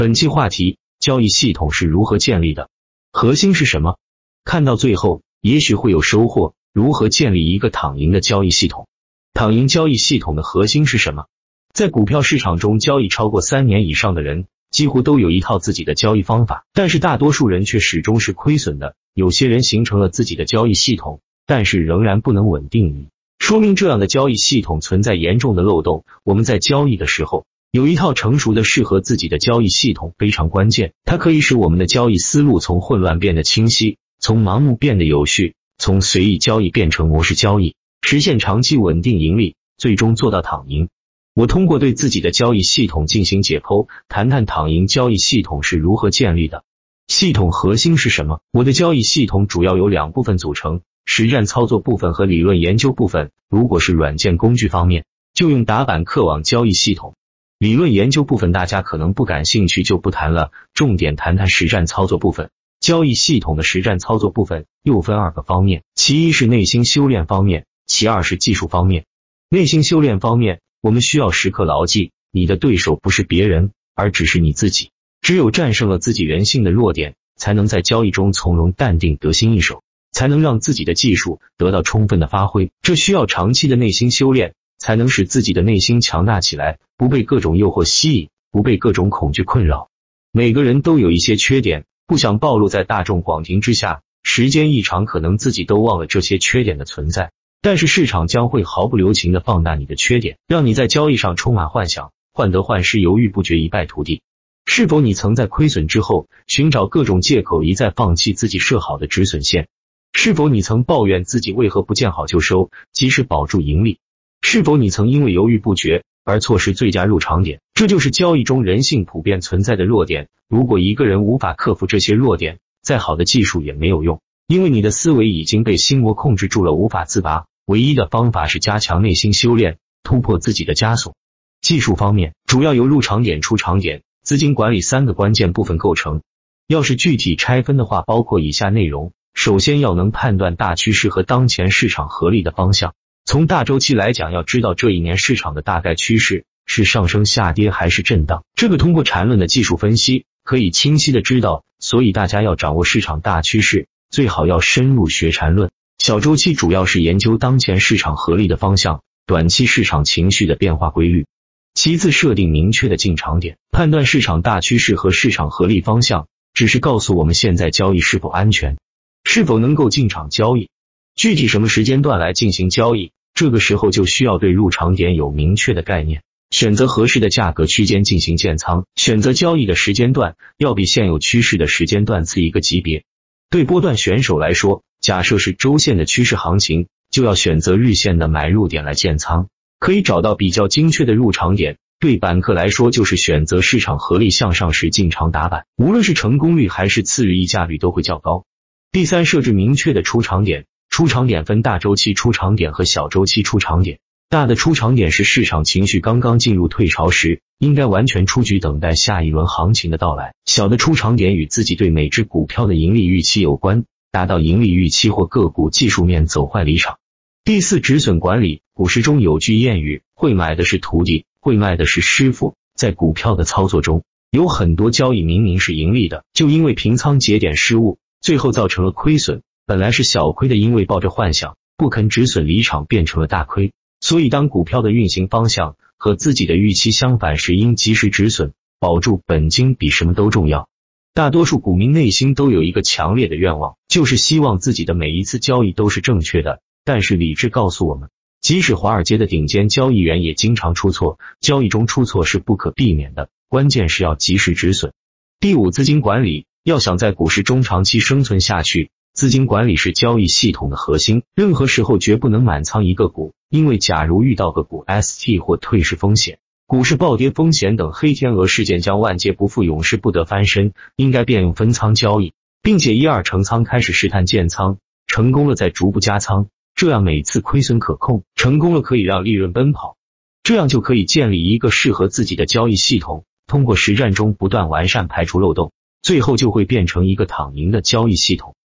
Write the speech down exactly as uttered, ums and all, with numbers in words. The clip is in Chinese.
本期话题：交易系统是如何建立的？核心是什么？看到最后，也许会有收获。如何建立一个躺赢的交易系统？躺赢交易系统的核心是什么？在股票市场中交易超过三年以上的人，几乎都有一套自己的交易方法，但是大多数人却始终是亏损的。有些人形成了自己的交易系统，但是仍然不能稳定赢，说明这样的交易系统存在严重的漏洞。我们在交易的时候，有一套成熟的适合自己的交易系统非常关键，它可以使我们的交易思路从混乱变得清晰，从盲目变得有序，从随意交易变成模式交易，实现长期稳定盈利，最终做到躺赢。我通过对自己的交易系统进行解剖，谈谈躺赢交易系统是如何建立的，系统核心是什么。我的交易系统主要由两部分组成，实战操作部分和理论研究部分。如果是软件工具方面，就用打板客网交易系统。理论研究部分大家可能不感兴趣，就不谈了，重点谈谈实战操作部分。交易系统的实战操作部分又分二个方面，其一是内心修炼方面，其二是技术方面。内心修炼方面，我们需要时刻牢记，你的对手不是别人，而只是你自己。只有战胜了自己人性的弱点，才能在交易中从容淡定，得心应手，才能让自己的技术得到充分的发挥。这需要长期的内心修炼，才能使自己的内心强大起来，不被各种诱惑吸引，不被各种恐惧困扰。每个人都有一些缺点，不想暴露在大众广庭之下，时间一长可能自己都忘了这些缺点的存在，但是市场将会毫不留情地放大你的缺点，让你在交易上充满幻想，患得患失，犹豫不决，一败涂地。是否你曾在亏损之后寻找各种借口，一再放弃自己设好的止损线？是否你曾抱怨自己为何不见好就收，及时保住盈利？是否你曾因为犹豫不决而错失最佳入场点？这就是交易中人性普遍存在的弱点。如果一个人无法克服这些弱点，再好的技术也没有用，因为你的思维已经被心魔控制住了，无法自拔。唯一的方法是加强内心修炼，突破自己的枷锁。技术方面，主要由入场点、出场点、资金管理三个关键部分构成。要是具体拆分的话，包括以下内容。首先要能判断大趋势和当前市场合力的方向。从大周期来讲，要知道这一年市场的大概趋势是上升、下跌还是震荡，这个通过缠论的技术分析可以清晰的知道。所以大家要掌握市场大趋势，最好要深入学缠论。小周期主要是研究当前市场合力的方向，短期市场情绪的变化规律。其次，设定明确的进场点，判断市场大趋势和市场合力方向，只是告诉我们现在交易是否安全，是否能够进场交易。具体什么时间段来进行交易，这个时候就需要对入场点有明确的概念，选择合适的价格区间进行建仓，选择交易的时间段要比现有趋势的时间段次一个级别。对波段选手来说，假设是周线的趋势行情，就要选择日线的买入点来建仓，可以找到比较精确的入场点。对板客来说，就是选择市场合力向上时进场打板，无论是成功率还是次日溢价率都会较高。第三，设置明确的出场点。出场点分大周期出场点和小周期出场点。大的出场点是市场情绪刚刚进入退潮时，应该完全出局，等待下一轮行情的到来。小的出场点与自己对每只股票的盈利预期有关，达到盈利预期或个股技术面走坏离场。第四，止损管理。股市中有句谚语，会买的是徒弟，会卖的是师傅。在股票的操作中，有很多交易明明是盈利的，就因为平仓节点失误，最后造成了亏损。本来是小亏的，因为抱着幻想不肯止损离场，变成了大亏。所以当股票的运行方向和自己的预期相反时，应及时止损，保住本金比什么都重要。大多数股民内心都有一个强烈的愿望，就是希望自己的每一次交易都是正确的，但是理智告诉我们，即使华尔街的顶尖交易员也经常出错，交易中出错是不可避免的，关键是要及时止损。第五，资金管理。要想在股市中长期生存下去，资金管理是交易系统的核心，任何时候绝不能满仓一个股，因为假如遇到个股 S T 或退市风险、股市暴跌风险等黑天鹅事件，将万劫不复，永世不得翻身，应该变用分仓交易，并且一二成仓，开始试探建仓，成功了再逐步加仓，这样每次亏损可控，成功了可以让利润奔跑，这样就可以建立一个适合自己的交易系统，通过实战中不断完善，排除漏洞，最后就会变成一个躺赢的交易系统。